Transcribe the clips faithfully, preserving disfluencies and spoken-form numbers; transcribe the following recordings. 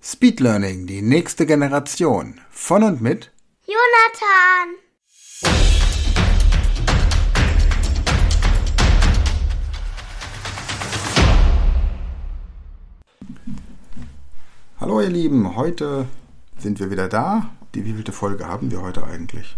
Speed Learning, die nächste Generation. Von und mit Jonathan. Hallo ihr Lieben, heute sind wir wieder da. Die wievielte Folge haben wir heute eigentlich?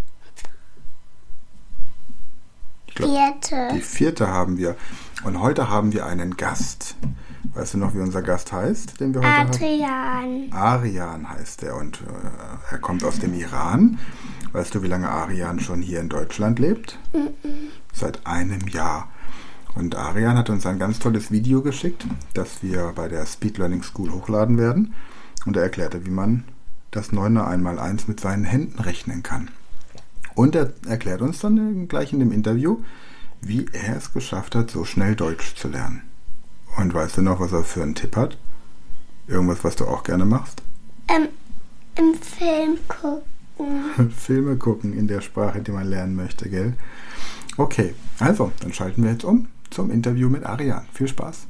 Ich glaub, Vierte. Die vierte haben wir. Und heute haben wir einen Gast. Weißt du noch, wie unser Gast heißt, den wir heute Adrian. haben? Arian heißt er und äh, er kommt aus dem Iran. Weißt du, wie lange Arian schon hier in Deutschland lebt? Mm-mm. Seit einem Jahr. Und Arian hat uns ein ganz tolles Video geschickt, das wir bei der Speed Learning School hochladen werden. Und er erklärte, wie man das neuner einmal eins mit seinen Händen rechnen kann. Und er erklärt uns dann gleich in dem Interview, wie er es geschafft hat, so schnell Deutsch zu lernen. Und weißt du noch, was er für einen Tipp hat? Irgendwas, was du auch gerne machst? Ähm, im Film gucken. Filme gucken in der Sprache, die man lernen möchte, gell? Okay, also, dann schalten wir jetzt um zum Interview mit Arian. Viel Spaß.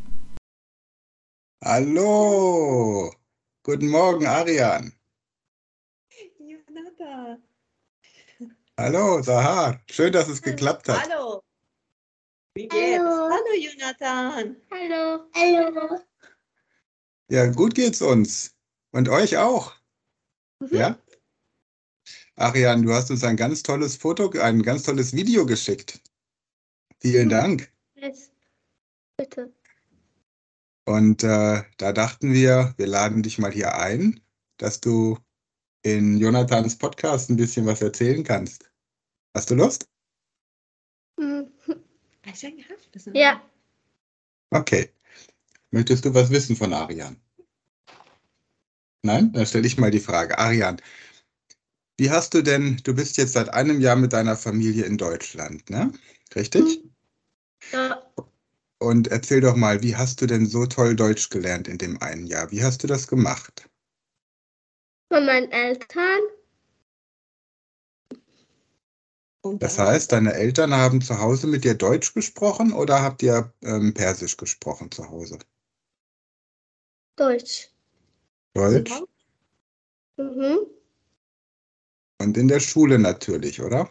Hallo! Guten Morgen, Arian. Jonathan. Hallo, Sahar. Schön, dass es geklappt hat. Hallo. Wie geht's? Hallo. Hallo, Jonathan. Hallo. Hallo. Ja, gut geht's uns. Und euch auch. Mhm. Ja? Arian, du hast uns ein ganz tolles Foto, ein ganz tolles Video geschickt. Vielen Dank. Jetzt. Bitte. Und äh, da dachten wir, wir laden dich mal hier ein, dass du in Jonathans Podcast ein bisschen was erzählen kannst. Hast du Lust? Mhm. Hast du einen gehabt? Das ist Ja. Okay. Möchtest du was wissen von Arian? Nein? Dann stelle ich mal die Frage. Arian, wie hast du denn, du bist jetzt seit einem Jahr mit deiner Familie in Deutschland, ne? Richtig? Ja. Und erzähl doch mal, wie hast du denn so toll Deutsch gelernt in dem einen Jahr? Wie hast du das gemacht? Von meinen Eltern. Und Das dann- heißt, deine Eltern haben zu Hause mit dir Deutsch gesprochen oder habt ihr ähm, Persisch gesprochen zu Hause? Deutsch. Deutsch. Mhm. Und in der Schule natürlich, oder?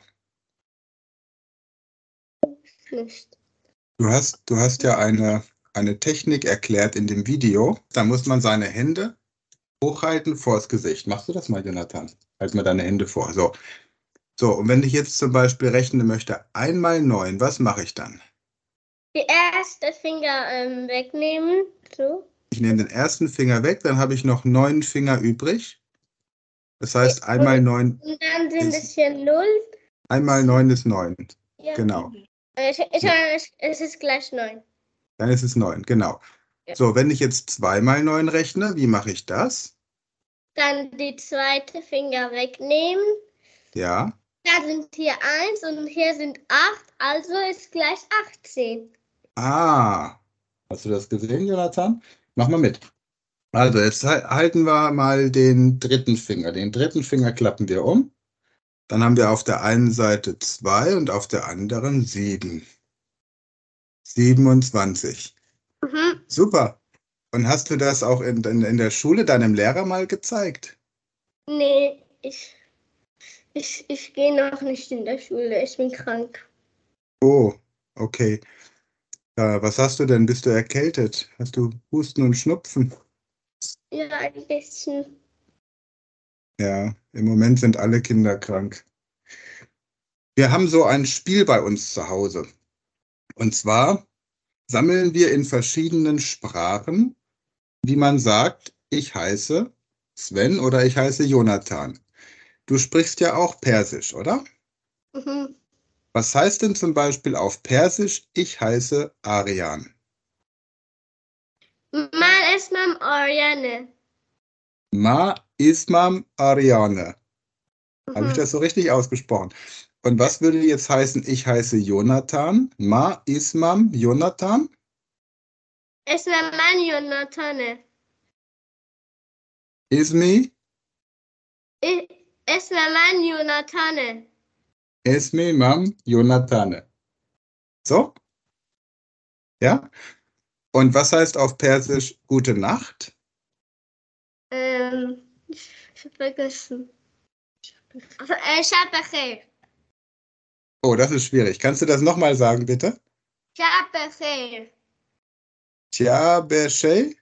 Nicht. Du hast, du hast ja eine, eine Technik erklärt in dem Video. Da muss man seine Hände hochhalten vors Gesicht. Machst du das mal, Jonathan? Halt mal deine Hände vor. So. So, und wenn ich jetzt zum Beispiel rechnen möchte, einmal neun, was mache ich dann? Die erste Finger ähm, wegnehmen. So. Ich nehme den ersten Finger weg, dann habe ich noch neun Finger übrig. Das heißt, einmal neun, Und dann sind Ist- es hier null. einmal neun ist neun. Ja. Genau. Ich, ich, ich, es ist gleich neun. Dann ist es neun, genau. Ja. So, wenn ich jetzt zweimal neun rechne, wie mache ich das? Dann die zweite Finger wegnehmen. Ja, Da sind hier eins und hier sind acht, also ist gleich achtzehn. ah, hast du das gesehen, Jonathan? Mach mal mit. Also, jetzt hal- halten wir mal den dritten Finger. Den dritten Finger klappen wir um. Dann haben wir auf der einen Seite zwei und auf der anderen sieben. siebenundzwanzig. Mhm. Super. Und hast du das auch in, in, in der Schule deinem Lehrer mal gezeigt? Nee, ich, ich, ich gehe noch nicht in der Schule, ich bin krank. Oh, okay. Äh, was hast du denn? Bist du erkältet? Hast du Husten und Schnupfen? Ja, ein bisschen. Ja, im Moment sind alle Kinder krank. Wir haben so ein Spiel bei uns zu Hause. Und zwar sammeln wir in verschiedenen Sprachen, wie man sagt, ich heiße Sven oder ich heiße Jonathan. Du sprichst ja auch Persisch, oder? Mhm. Was heißt denn zum Beispiel auf Persisch, ich heiße Arian? Mal ismam Ariane. Ma ismam Ariane. Habe ich Mhm. das so richtig ausgesprochen? Und was würde jetzt heißen, ich heiße Jonathan? Ma ismam Jonathan? Ismam man Jonathan. Ismi? I- Ismam man Jonathan. Esmi mam Jonathan. So? Ja? Und was heißt auf Persisch gute Nacht? Äh, Ähm, ich, ich habe vergessen. Also, äh, Shabbat. Oh, das ist schwierig. Kannst du das nochmal sagen, bitte? Shabbat. Tja, Beshey?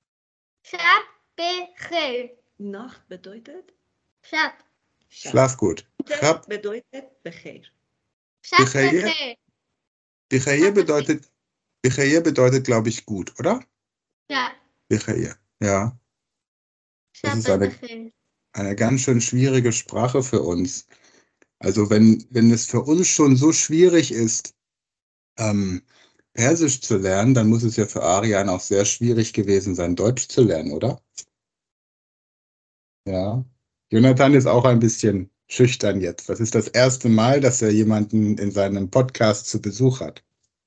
Shabbat. Nacht bedeutet? Shab. Schlaf gut. Chab, Bedeutet Becher. Becheir? Shabbat. Becheir bedeutet, Becheir bedeutet, glaube ich, gut, oder? Ja, Becheir, ja. Das ist eine, Shabbat. eine ganz schön schwierige Sprache für uns. Also wenn, wenn es für uns schon so schwierig ist, ähm, Persisch zu lernen, dann muss es ja für Arian auch sehr schwierig gewesen sein, Deutsch zu lernen, oder? Ja. Jonathan ist auch ein bisschen schüchtern jetzt. Das ist das erste Mal, dass er jemanden in seinem Podcast zu Besuch hat.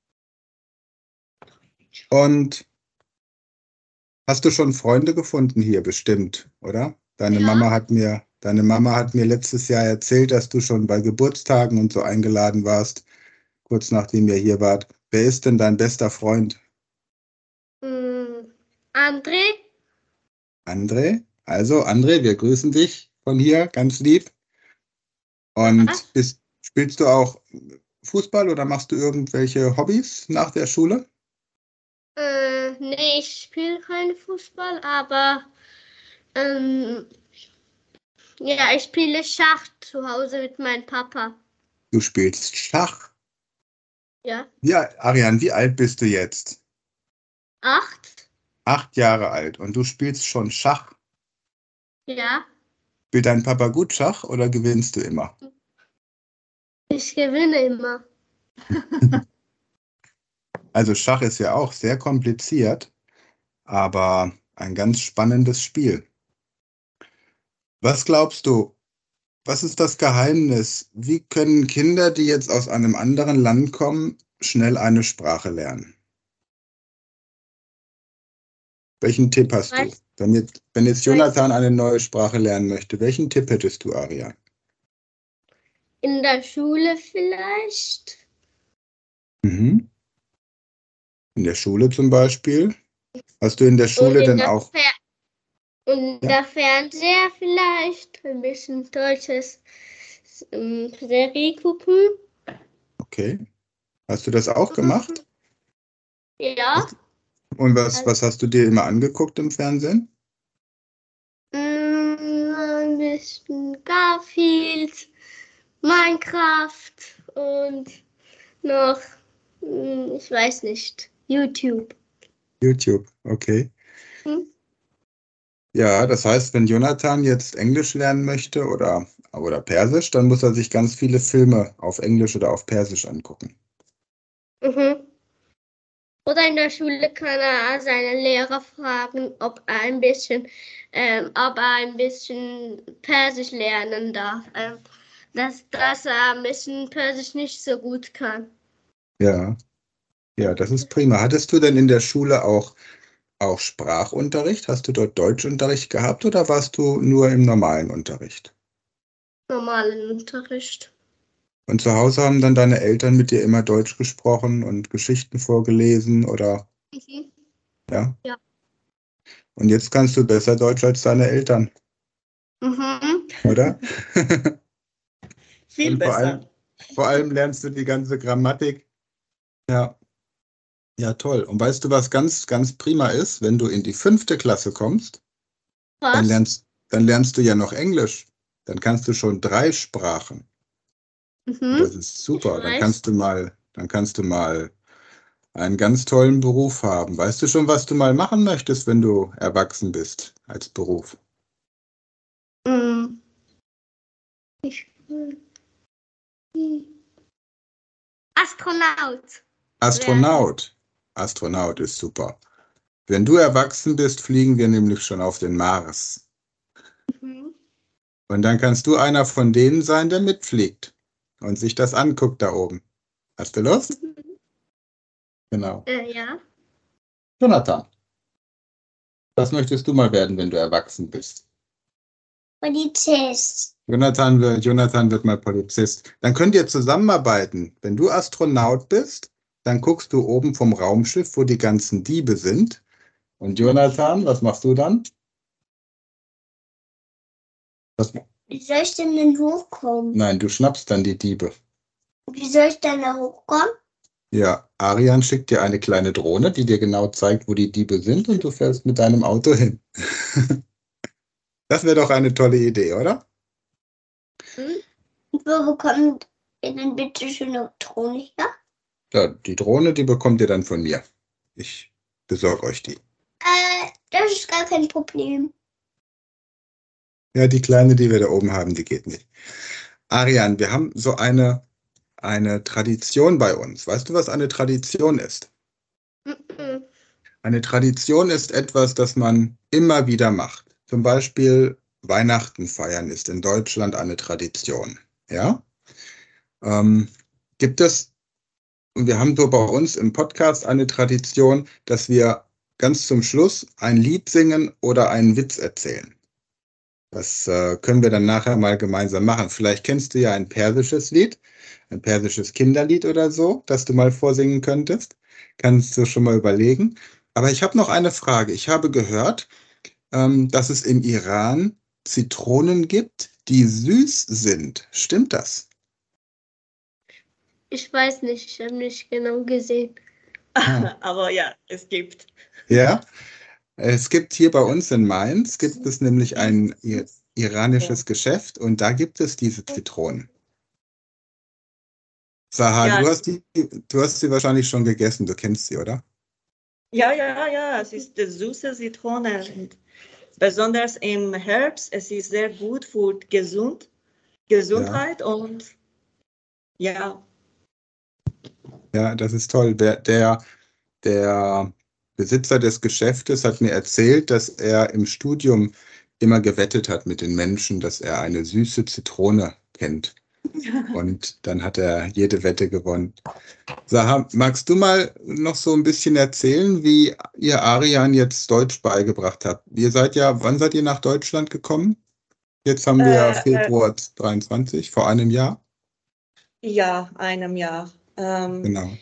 Und hast du schon Freunde gefunden hier bestimmt, oder? Deine Ja. Mama hat mir, deine Mama hat mir letztes Jahr erzählt, dass du schon bei Geburtstagen und so eingeladen warst, kurz nachdem ihr hier wart. Wer ist denn dein bester Freund? Mm, André? André? Also, André, wir grüßen dich von hier, ganz lieb. Und Was? bist, spielst du auch Fußball oder machst du irgendwelche Hobbys nach der Schule? Äh, nee, ich spiele keinen Fußball, aber ähm, ja, ich spiele Schach zu Hause mit meinem Papa. Du spielst Schach. Ja. Ja, Arian, wie alt bist du jetzt? Acht? Acht Jahre alt und du spielst schon Schach. Ja. Spielt dein Papa gut Schach oder gewinnst du immer? Ich gewinne immer. Also Schach ist ja auch sehr kompliziert, aber ein ganz spannendes Spiel. Was glaubst du, was ist das Geheimnis? Wie können Kinder, die jetzt aus einem anderen Land kommen, schnell eine Sprache lernen? Welchen Tipp hast du? Weiß, Wenn jetzt, wenn jetzt weiß Jonathan eine neue Sprache lernen möchte, welchen Tipp hättest du, Arian? in der Schule vielleicht. Mhm. In der Schule zum Beispiel? Hast du in der Und Schule in denn der, auch? Fer und Ja, der Fernseher vielleicht. Ein bisschen deutsches ähm, Serie gucken. okay. Hast du das auch gemacht? Ja. Hast, und was, Also, was hast du dir immer angeguckt im Fernsehen? mm, ein bisschen Garfield, Minecraft und noch, mm, ich weiß nicht, YouTube. YouTube, okay. Hm? Ja, das heißt, wenn Jonathan jetzt Englisch lernen möchte oder, oder Persisch, dann muss er sich ganz viele Filme auf Englisch oder auf Persisch angucken. Mhm. Oder in der Schule kann er seine Lehrer fragen, ob er ein bisschen, ähm, ob er ein bisschen Persisch lernen darf. Ähm, dass, dass er ein bisschen Persisch nicht so gut kann. Ja, ja, das ist prima. Hattest du denn in der Schule auch, auch Sprachunterricht? Hast du dort Deutschunterricht gehabt oder warst du nur im normalen Unterricht? Normalen Unterricht. Und zu Hause haben dann deine Eltern mit dir immer Deutsch gesprochen und Geschichten vorgelesen oder Mhm. ja? Ja. Und jetzt kannst du besser Deutsch als deine Eltern, Mhm. oder? Viel Und vor allem, besser. vor allem lernst du die ganze Grammatik. Ja, ja, toll. Und weißt du, was ganz, ganz prima ist? Wenn du in die fünfte Klasse kommst, dann Was? lernst, dann lernst du ja noch Englisch. Dann kannst du schon drei Sprachen. Und das Mhm. ist Ich super. Dann weiß. kannst du mal, dann kannst du mal einen ganz tollen Beruf haben. Weißt du schon, was du mal machen möchtest, wenn du erwachsen bist als Beruf? Mhm. Ich, Astronaut werden. Astronaut. Astronaut ist super. Wenn du erwachsen bist, fliegen wir nämlich schon auf den Mars. Mhm. Und dann kannst du einer von denen sein, der mitfliegt und sich das anguckt da oben. Hast du Lust? Mhm. Genau. Äh, ja. Jonathan, was möchtest du mal werden, wenn du erwachsen bist? Polizist. Jonathan wird, Jonathan wird mal Polizist. Dann könnt ihr zusammenarbeiten. Wenn du Astronaut bist, dann guckst du oben vom Raumschiff, wo die ganzen Diebe sind. Und Jonathan, was machst du dann? Was? Wie soll ich denn denn hochkommen? Nein, du schnappst dann die Diebe. Wie soll ich denn da hochkommen? Ja, Arian schickt dir eine kleine Drohne, die dir genau zeigt, wo die Diebe sind und du fährst mit deinem Auto hin. Das wäre doch eine tolle Idee, oder? Hm? Und wo bekommt ihr denn bitte schön Elektronik her? Ja, die Drohne, die bekommt ihr dann von mir. Ich besorge euch die. Äh, das ist gar kein Problem. Ja, die kleine, die wir da oben haben, die geht nicht. Arian, wir haben so eine, eine Tradition bei uns. Weißt du, was eine Tradition ist? Mhm. Eine Tradition ist etwas, das man immer wieder macht. Zum Beispiel Weihnachten feiern ist in Deutschland eine Tradition. Ja? Ähm, gibt es, und wir haben so bei uns im Podcast eine Tradition, dass wir ganz zum Schluss ein Lied singen oder einen Witz erzählen. Das äh, können wir dann nachher mal gemeinsam machen. Vielleicht kennst du ja ein persisches Lied, ein persisches Kinderlied oder so, das du mal vorsingen könntest. Kannst du schon mal überlegen. Aber ich habe noch eine Frage. Ich habe gehört, ähm, dass es im Iran Zitronen gibt, die süß sind. Stimmt das? Ich weiß nicht, ich habe nicht genau gesehen. Ah. Aber ja, es gibt. Ja, es gibt hier bei uns in Mainz, gibt es nämlich ein i- iranisches Geschäft und da gibt es diese Zitronen. Saha, Ja, du hast die, du hast sie wahrscheinlich schon gegessen, du kennst sie, oder? ja, ja, ja, es ist die süße Zitrone. Und besonders im Herbst, es ist sehr gut für gesund, Ja, Gesundheit und ja, ja, das ist toll. Der, der, der Besitzer des Geschäftes hat mir erzählt, dass er im Studium immer gewettet hat mit den Menschen, dass er eine süße Zitrone kennt. Und dann hat er jede Wette gewonnen. Saha, magst du mal noch so ein bisschen erzählen, wie ihr Arian jetzt Deutsch beigebracht habt? Ihr seid ja, wann seid ihr nach Deutschland gekommen? Jetzt haben wir ja äh, äh, Februar dreiundzwanzig, vor einem Jahr. ja, einem Jahr. Ähm, Genau.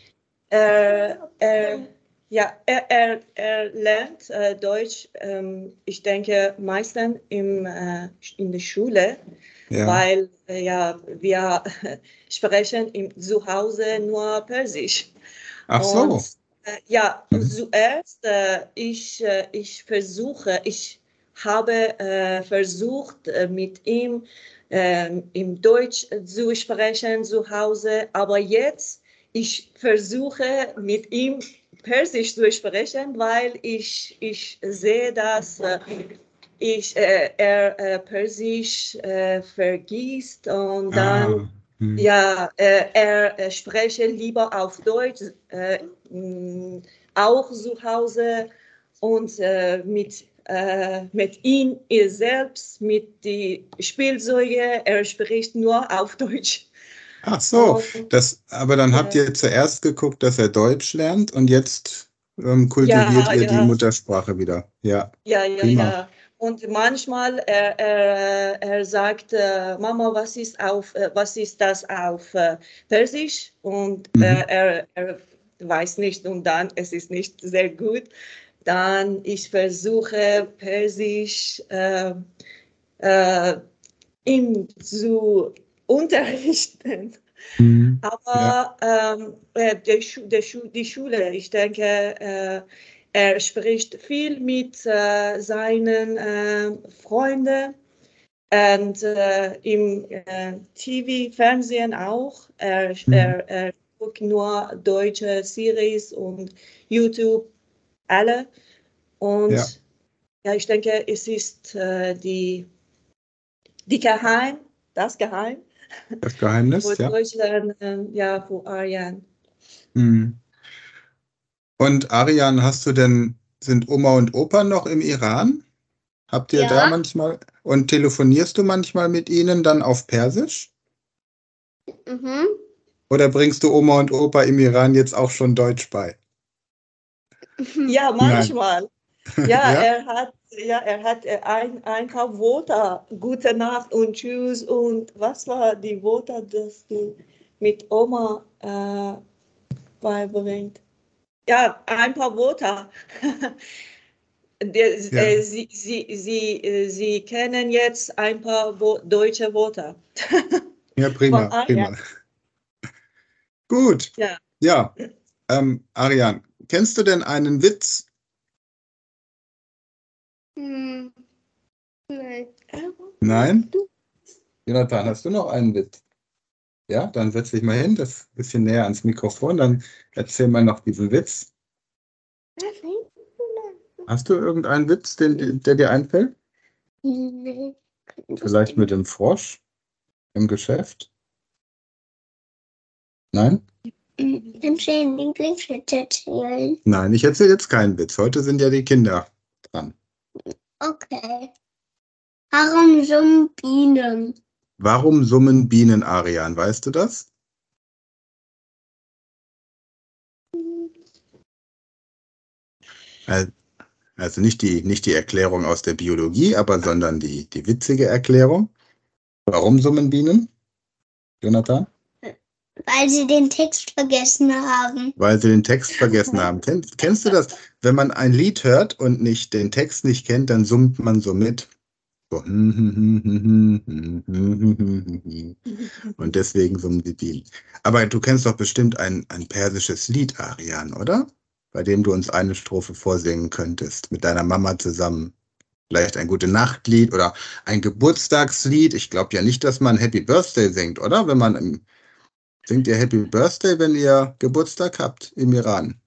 er, er, ja, er, er, er lernt äh, Deutsch, ähm, ich denke, meistens im, äh, in der Schule, Ja. weil äh, ja, wir sprechen im Zuhause nur Persisch. Ach Und so. äh, ja, Mhm. zuerst, äh, ich, äh, ich versuche, ich habe äh, versucht, äh, mit ihm äh, im Deutsch zu sprechen zu Hause, aber jetzt, ich versuche mit ihm Persisch zu sprechen, weil ich, ich sehe, dass äh, ich, äh, er äh, Persisch äh, vergisst und dann Ah. Hm. ja, äh, er äh, spreche lieber auf Deutsch, äh, mh, auch zu Hause und äh, mit, äh, mit ihm ihr selbst, mit die Spielzeuge, er spricht nur auf Deutsch. Ach so. Und Das, aber dann habt ja, ihr zuerst geguckt, dass er Deutsch lernt und jetzt ähm, kultiviert ja, ihr die ja, Muttersprache wieder. Ja, ja, ja, prima. ja. Und manchmal er, er, er sagt, äh, Mama, was ist auf, äh, was ist das auf äh, Persisch? Und äh, Mhm. er, er weiß nicht und dann es ist nicht sehr gut. Dann ich versuche Persisch äh, äh, ihm zu unterrichten. Mhm. Ja. Aber ähm, äh, der Schu der Schu die Schule, ich denke, äh, er spricht viel mit äh, seinen äh, Freunden und äh, im äh, T V, Fernsehen auch. Er, Mhm. er, er guckt nur deutsche Series und YouTube, alle. Ja. Und ja, ich denke, es ist äh, die, die Geheim, das Geheim Das Geheimnis, für ja. Deutschland, äh, ja, für Ariane. Mhm. Und Arian, hast du denn, sind Oma und Opa noch im Iran? Habt ihr da Ja, manchmal und telefonierst du manchmal mit ihnen dann auf Persisch? mhm. Oder bringst du Oma und Opa im Iran jetzt auch schon Deutsch bei? Ja, Nein. manchmal. Ja, Ja? er hat, ja, er hat äh, ein, ein paar Worte, gute Nacht und Tschüss und was war die Worte, das du mit Oma äh, beibringt? Ja, ein paar Worte. Der, Ja. äh, Sie, Sie, Sie, äh, Sie kennen jetzt ein paar Wo deutsche Wörter. Ja, prima, Von prima. Arian. Gut. Ja. Ja, ähm, Arian, kennst du denn einen Witz? Hm, nein. Nein? Jonathan, hast du noch einen Witz? Ja, dann setz dich mal hin, das ein bisschen näher ans Mikrofon, dann erzähl mal noch diesen Witz. Hast du irgendeinen Witz, den, der dir einfällt? Nee. Vielleicht mit dem Frosch im Geschäft? Nein? Kannst du einen Lieblingswitz erzählen? Nein, ich erzähle jetzt keinen Witz. Heute sind ja die Kinder dran. Okay. Warum summen Bienen? Warum summen Bienen, Arian? Weißt du das? Äh, Also nicht die, nicht die Erklärung aus der Biologie, aber sondern die, die witzige Erklärung. Warum summen Bienen, Jonathan? Weil sie den Text vergessen haben. Weil sie den Text vergessen haben. Kenn, kennst du das? Wenn man ein Lied hört und nicht den Text nicht kennt, dann summt man so mit. So. Und deswegen summen die Bienen. Aber du kennst doch bestimmt ein, ein persisches Lied, Arian, oder? Bei dem du uns eine Strophe vorsingen könntest, mit deiner Mama zusammen. Vielleicht ein Gute-Nacht-Lied oder ein Geburtstagslied. Ich glaube ja nicht, dass man Happy Birthday singt, oder? Wenn man im, singt ihr Happy Birthday, wenn ihr Geburtstag habt im Iran?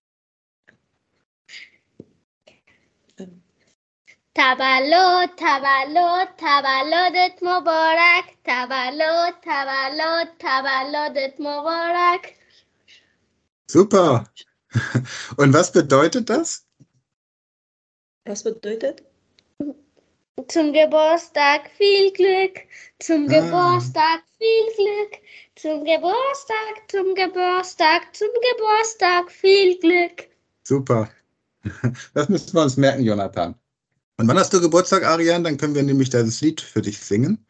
تولد تولد تولدت مبارک تولد تولد تولدت مبارک. Super. Und was bedeutet das? Was bedeutet? Zum Geburtstag viel Glück, zum Ah. Geburtstag viel Glück, zum Geburtstag, zum Geburtstag, zum Geburtstag viel Glück. Super. Das müssen wir uns merken, Jonathan. Und wann hast du Geburtstag, Arian? Dann können wir nämlich das Lied für dich singen.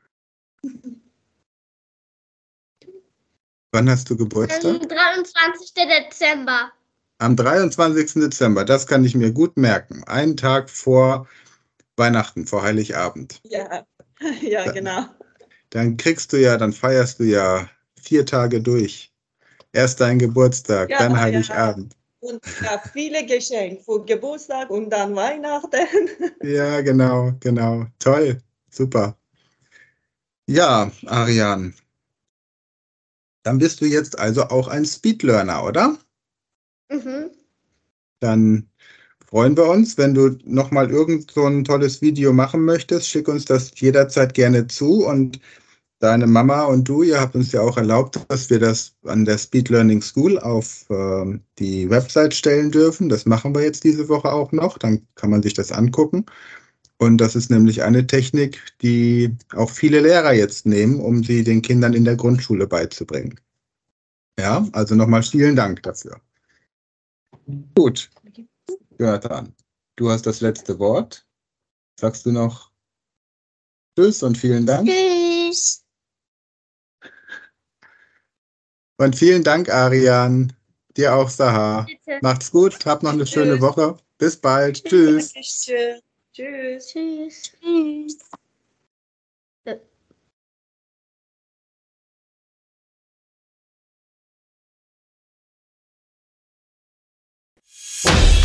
Wann hast du Geburtstag? Am dreiundzwanzigsten Dezember. Am dreiundzwanzigsten Dezember. Das kann ich mir gut merken. Einen Tag vor Weihnachten, vor Heiligabend. Ja, ja, genau. Dann kriegst du ja, dann feierst du ja vier Tage durch. Erst dein Geburtstag, Ja, dann ja. Heiligabend. Und ja, viele Geschenke für Geburtstag und dann Weihnachten. Ja, genau, genau. Toll, super. Ja, Arian, dann bist du jetzt also auch ein Speedlearner, oder? Mhm. Dann freuen wir uns, wenn du nochmal irgend so ein tolles Video machen möchtest. Schick uns das jederzeit gerne zu. Und deine Mama und du, ihr habt uns ja auch erlaubt, dass wir das an der Speed Learning School auf äh, die Website stellen dürfen. Das machen wir jetzt diese Woche auch noch. Dann kann man sich das angucken. Und das ist nämlich eine Technik, die auch viele Lehrer jetzt nehmen, um sie den Kindern in der Grundschule beizubringen. Ja, also nochmal vielen Dank dafür. Gut, Jonathan, du hast das letzte Wort. Sagst du noch Tschüss und vielen Dank? Tschüss. Und vielen Dank, Arian. Dir auch, Sahar. Bitte. Macht's gut, habt noch eine schöne Woche. Bis bald. Tschüss. Dankeschön. Tschüss. Tschüss. Tschüss. Äh.